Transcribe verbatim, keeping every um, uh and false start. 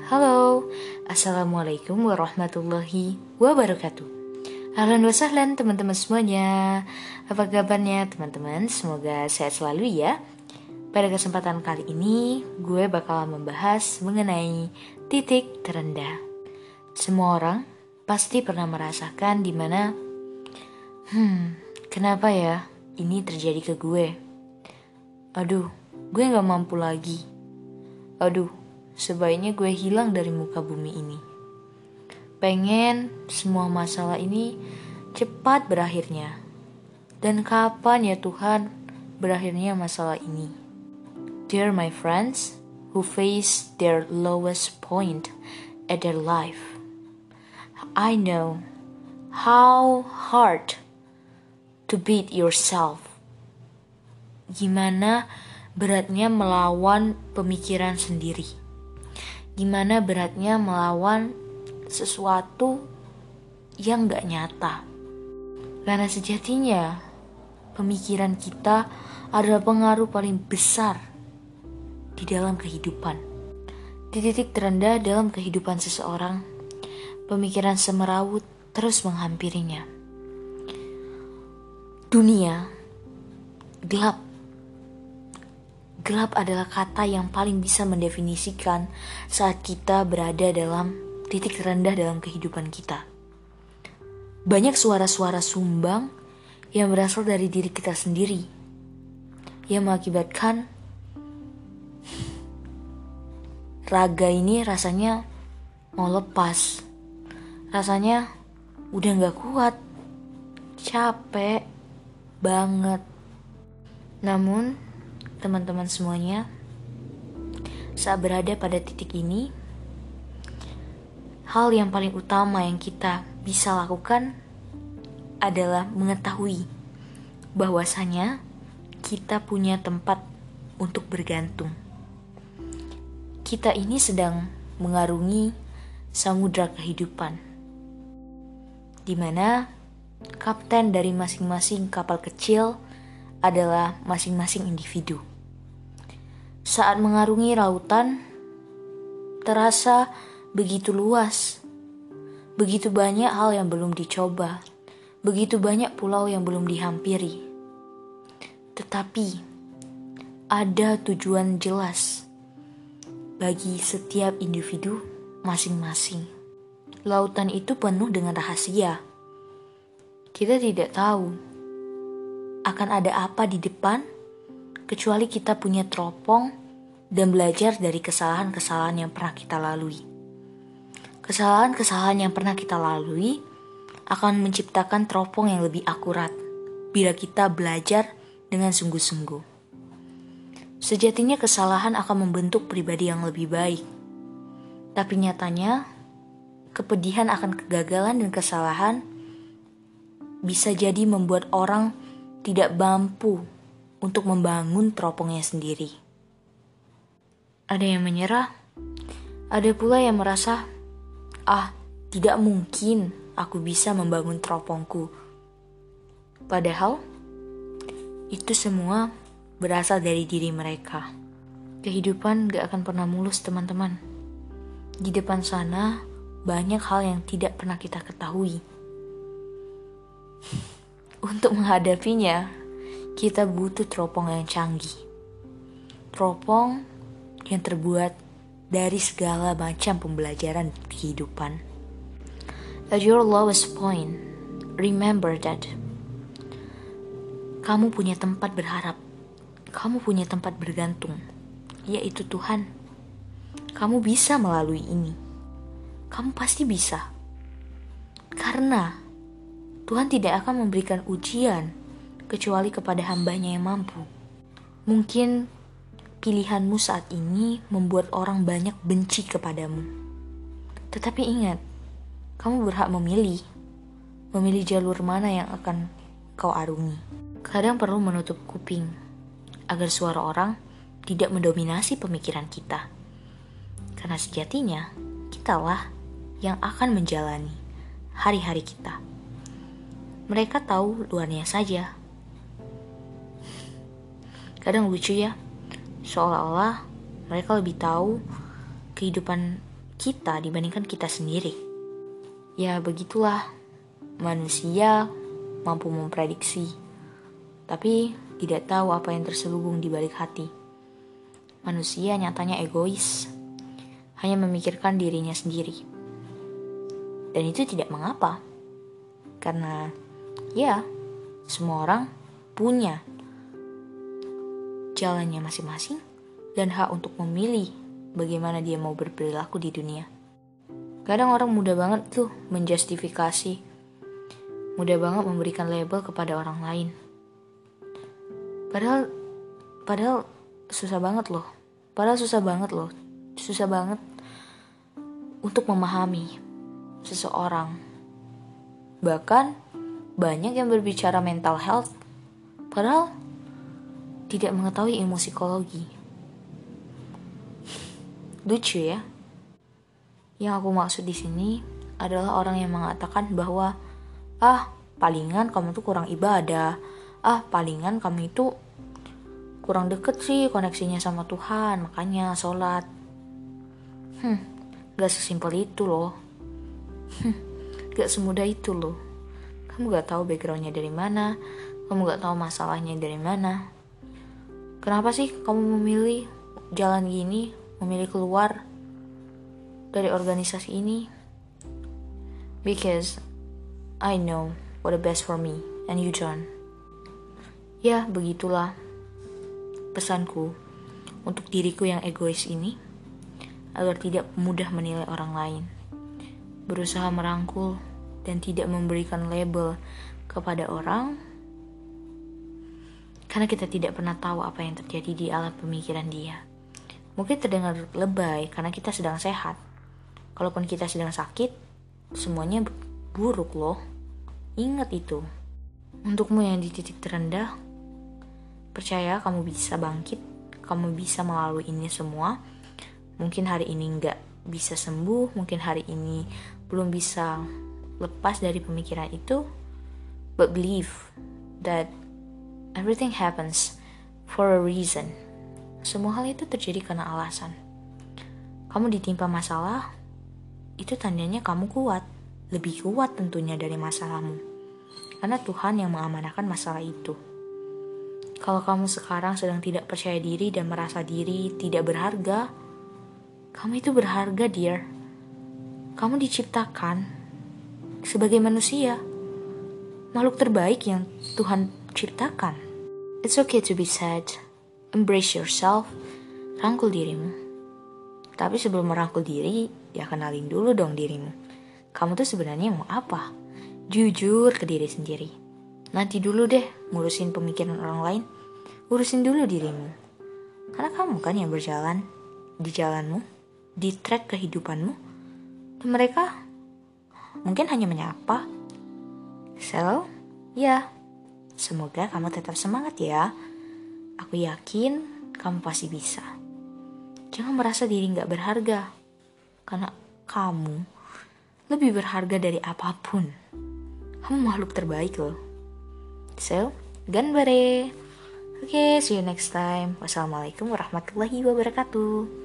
Halo, Assalamualaikum warahmatullahi wabarakatuh. Ahlan wa sahlan teman-teman semuanya. Apa kabarnya teman-teman? Semoga sehat selalu ya. Pada kesempatan kali ini, gue bakal membahas mengenai titik terendah. Semua orang pasti pernah merasakan dimana, Hmm, kenapa ya ini terjadi ke gue? Aduh, gue gak mampu lagi. Aduh, sebaiknya gue hilang dari muka bumi ini. Pengen semua masalah ini cepat berakhirnya. Dan kapan ya Tuhan berakhirnya masalah ini? Dear my friends who face their lowest point at their life, I know how hard to beat yourself. Gimana beratnya melawan pemikiran sendiri. Gimana beratnya melawan sesuatu yang gak nyata. Karena sejatinya pemikiran kita adalah pengaruh paling besar di dalam kehidupan. Di titik terendah dalam kehidupan seseorang, pemikiran semerawut terus menghampirinya. Dunia gelap. Gelap adalah kata yang paling bisa mendefinisikan saat kita berada dalam titik terendah dalam kehidupan kita. Banyak suara-suara sumbang yang berasal dari diri kita sendiri, yang mengakibatkan raga ini rasanya mau lepas. Rasanya udah gak kuat, capek banget. Namun teman-teman semuanya, saat berada pada titik ini, hal yang paling utama yang kita bisa lakukan adalah mengetahui bahwasanya kita punya tempat untuk bergantung. Kita ini sedang mengarungi samudra kehidupan, di mana kapten dari masing-masing kapal kecil adalah masing-masing individu. Saat mengarungi lautan, terasa begitu luas, begitu banyak hal yang belum dicoba, begitu banyak pulau yang belum dihampiri. Tetapi ada tujuan jelas bagi setiap individu masing-masing. Lautan itu penuh dengan rahasia. Kita tidak tahu akan ada apa di depan, kecuali kita punya teropong dan belajar dari kesalahan-kesalahan yang pernah kita lalui. Kesalahan-kesalahan yang pernah kita lalui akan menciptakan teropong yang lebih akurat bila kita belajar dengan sungguh-sungguh. Sejatinya kesalahan akan membentuk pribadi yang lebih baik. Tapi nyatanya, kepedihan akan kegagalan dan kesalahan bisa jadi membuat orang tidak mampu untuk membangun teropongnya sendiri. Ada yang menyerah, ada pula yang merasa, ah, tidak mungkin aku bisa membangun teropongku. Padahal, itu semua berasal dari diri mereka. Kehidupan gak akan pernah mulus, teman-teman. Di depan sana, banyak hal yang tidak pernah kita ketahui. Untuk menghadapinya, kita butuh teropong yang canggih. Teropong yang terbuat dari segala macam pembelajaran kehidupan. At your lowest point, remember that kamu punya tempat berharap. Kamu punya tempat bergantung, yaitu Tuhan. Kamu bisa melalui ini. Kamu pasti bisa. Karena Tuhan tidak akan memberikan ujian kecuali kepada hambanya yang mampu. Mungkin pilihanmu saat ini membuat orang banyak benci kepadamu. Tetapi ingat, kamu berhak memilih. Memilih jalur mana yang akan kau arungi. Kadang perlu menutup kuping agar suara orang tidak mendominasi pemikiran kita. Karena sejatinya, kitalah yang akan menjalani hari-hari kita. Mereka tahu luarnya saja. Kadang lucu ya, seolah-olah mereka lebih tahu kehidupan kita dibandingkan kita sendiri. Ya begitulah, manusia mampu memprediksi, tapi tidak tahu apa yang terselubung di balik hati. Manusia nyatanya egois, hanya memikirkan dirinya sendiri. Dan itu tidak mengapa, karena ya semua orang punya jalannya masing-masing dan hak untuk memilih bagaimana dia mau berperilaku di dunia. Kadang orang mudah banget tuh menjustifikasi, mudah banget memberikan label kepada orang lain. Padahal, padahal susah banget loh. Padahal susah banget loh. Susah banget untuk memahami seseorang. Bahkan banyak yang berbicara mental health, padahal tidak mengetahui ilmu psikologi. Lucu ya. Yang aku maksud di sini adalah orang yang mengatakan bahwa ah, palingan kamu tuh kurang ibadah. Ah, palingan kamu itu kurang deket sih koneksinya sama Tuhan, makanya sholat. Hmm, gak sesimpel itu loh. Hmm, gak semudah itu loh. Kamu gak tahu backgroundnya dari mana, kamu gak tahu masalahnya dari mana. Kenapa sih kamu memilih jalan gini, memilih keluar dari organisasi ini? Because I know what the best for me and you don't. Ya, begitulah pesanku untuk diriku yang egois ini, agar tidak mudah menilai orang lain. Berusaha merangkul dan tidak memberikan label kepada orang, karena kita tidak pernah tahu apa yang terjadi di alam pemikiran dia. Mungkin terdengar lebay karena kita sedang sehat. Kalaupun kita sedang sakit, semuanya buruk loh. Ingat itu. Untukmu yang di titik terendah, percaya kamu bisa bangkit, kamu bisa melalui ini semua. Mungkin hari ini nggak bisa sembuh, mungkin hari ini belum bisa lepas dari pemikiran itu, but believe that everything happens for a reason. Semua hal itu terjadi karena alasan. Kamu ditimpa masalah, itu tandanya kamu kuat, lebih kuat tentunya dari masalahmu, karena Tuhan yang mengamanahkan masalah itu. Kalau kamu sekarang sedang tidak percaya diri dan merasa diri tidak berharga, kamu itu berharga, dear. Kamu diciptakan sebagai manusia, makhluk terbaik yang Tuhan ciptakan. It's okay to be sad. Embrace yourself. Rangkul dirimu. Tapi sebelum merangkul diri, ya kenalin dulu dong dirimu. Kamu tuh sebenarnya mau apa? Jujur ke diri sendiri. Nanti dulu deh ngurusin pemikiran orang lain. Urusin dulu dirimu. Karena kamu kan yang berjalan di jalanmu, di track kehidupanmu. Dan mereka mungkin hanya menyapa. So, ya, semoga kamu tetap semangat ya. Aku yakin kamu pasti bisa. Jangan merasa diri gak berharga, karena kamu lebih berharga dari apapun. Kamu makhluk terbaik loh. So, ganbare. Oke, okay, see you next time. Wassalamualaikum warahmatullahi wabarakatuh.